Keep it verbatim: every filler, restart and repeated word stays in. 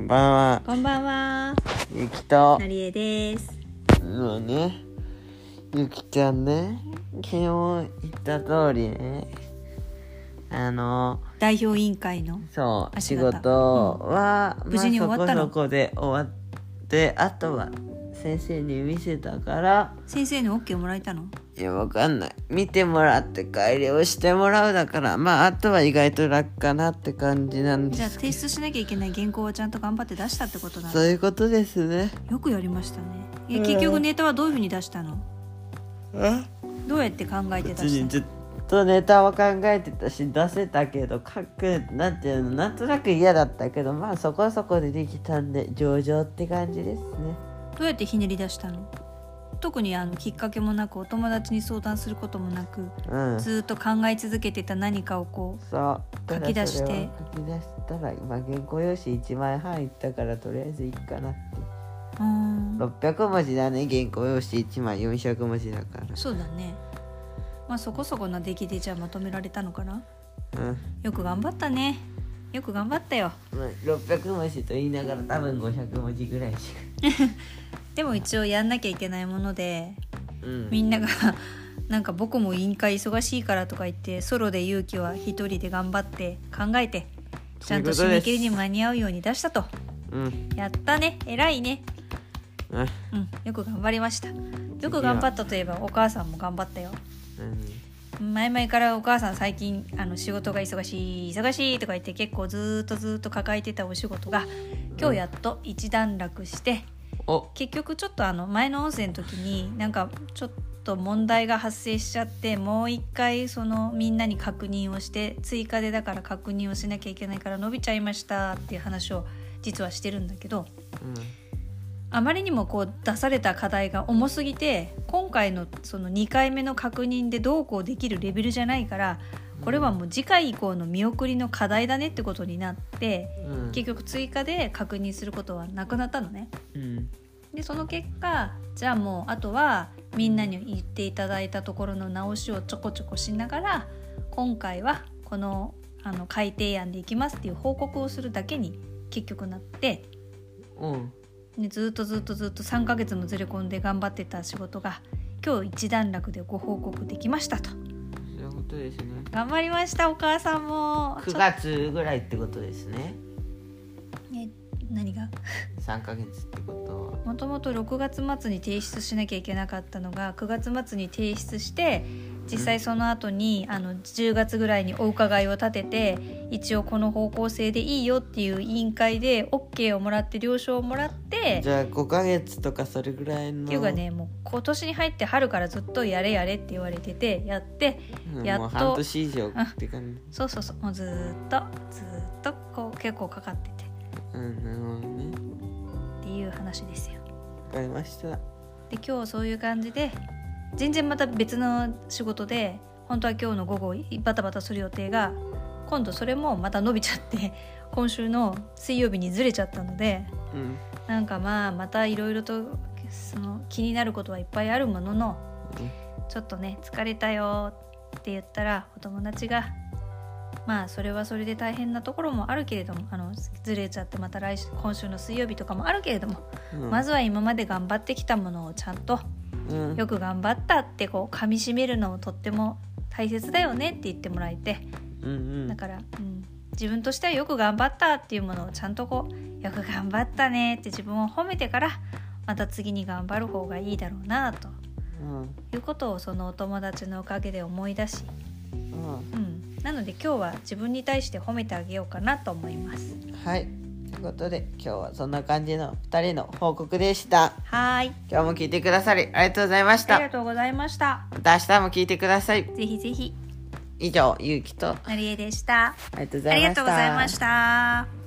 んばんは。 こんばんは。 ゆきとなりえです。 もうね、ゆきちゃんね、昨日言った通りね、あの代表委員会のそう仕足形事は、 うん無事に終わったのまあ、そこそこで終わって、あとは先生に見せたから。 先生の OK もらえたの？ いや、わかんない。見てもらって改良してもらうだから、まああとは意外と楽かなって感じなんです。 じゃあ提出しなきゃいけない原稿はちゃんと頑張って出したってことだね。 そういうことですね。 よくやりましたね。え結局ネタはどういうふうに出したの？ えどうやって考えて出別したの？ にずっとネタは考えてたし出せたけど、書くなんていうの、なんとなく嫌だったけど、まあそこそこでできたんで上々って感じですね。 どうやってひねり出したの？特にあのきっかけもなく、お友達に相談することもなく、 うん、 ずっと考え続けてた何かをこうそう書き出して、 書き出したら今原稿用紙いちまいはんいったから、とりあえずいいかなって。 うーんろっぴゃくもじだね、原稿用紙いちまいよんひゃくもじだから。 そうだね。まあそこそこな出来でじゃあまとめられたのかな。 うんよく頑張ったね。よく頑張ったよ。 まあ、ろっぴゃくもじと言いながら多分ごひゃくもじぐらいしかでも一応やんなきゃいけないもので、 うん、 みんながなんか僕も委員会忙しいからとか言ってソロで勇気は一人で頑張って考えてちゃんと締め切りに間に合うように出したと。 うん、 やったね、偉いね。 うん、 うん、よく頑張りました。よく頑張ったといえばお母さんも頑張ったよ。前々からお母さん最近あの仕事が忙しい忙しいとか言って結構ずっとずっと抱えてたお仕事が今日やっと一段落して、 うん、お結局ちょっとあの前の音声の時になんかちょっと問題が発生しちゃって、もう一回そのみんなに確認をして、追加でだから確認をしなきゃいけないから伸びちゃいましたっていう話を実はしてるんだけど、 うんあまりにもこう出された課題が重すぎて、今回のそのにかいめの確認でどうこうできるレベルじゃないから、これはもう次回以降の見送りの課題だねってことになって、 うん、 結局追加で確認することはなくなったのね。 うん、 でその結果、じゃあもうあとはみんなに言っていただいたところの直しをちょこちょこしながら、今回はこの、あの改定案でいきますっていう報告をするだけに結局なって、 うんでずっとずっとずっとさんかげつもずれ込んで頑張ってた仕事が今日一段落でご報告できましたと。 そういうことですね。 頑張りました。お母さんもくがつぐらいってことですね。 え何がさんかげつってことは、 もともとろくがつ末に提出しなきゃいけなかったのがくがつ末に提出して、実際その後にあのじゅうがつぐらいにお伺いを立てて、一応この方向性でいいよっていう委員会で OK をもらって了承をもらって、 じゃあごかげつとかそれぐらいの。 っていうかね、もう今年に入って春からずっとやれやれって言われてて、やって、 うん、 やっともう半年以上って感じ。 そうそうそう、もうずっとずっとこう結構かかってて、 うん、なるほどね。 っていう話ですよ。 わかりました。 で今日そういう感じで、全然また別の仕事で本当は今日の午後バタバタする予定が、今度それもまた伸びちゃって今週の水曜日にずれちゃったので、 うん、 なんかまあまたいろいろとその気になることはいっぱいあるものの、 うん、 ちょっとね疲れたよって言ったら、お友達がまあそれはそれで大変なところもあるけれども、あのずれちゃってまた来週今週の水曜日とかもあるけれども、うん、まずは今まで頑張ってきたものをちゃんと、うん、よく頑張ったってこう噛み締めるのもとっても大切だよねって言ってもらえて、うんうん、だから、うん、自分としてはよく頑張ったっていうものをちゃんとこうよく頑張ったねって自分を褒めてから、また次に頑張る方がいいだろうなと、うん、いうことをそのお友達のおかげで思い出し、うんうん、なので今日は自分に対して褒めてあげようかなと思います。 はい、ということで今日はそんな感じのふたりの報告でした。 はい、 今日も聞いてくださりありがとうございました。 ありがとうございました。 また明日も聞いてください。 ぜひぜひ。 以上、ゆうきとなりえでした。 ありがとうございました。 ありがとうございました。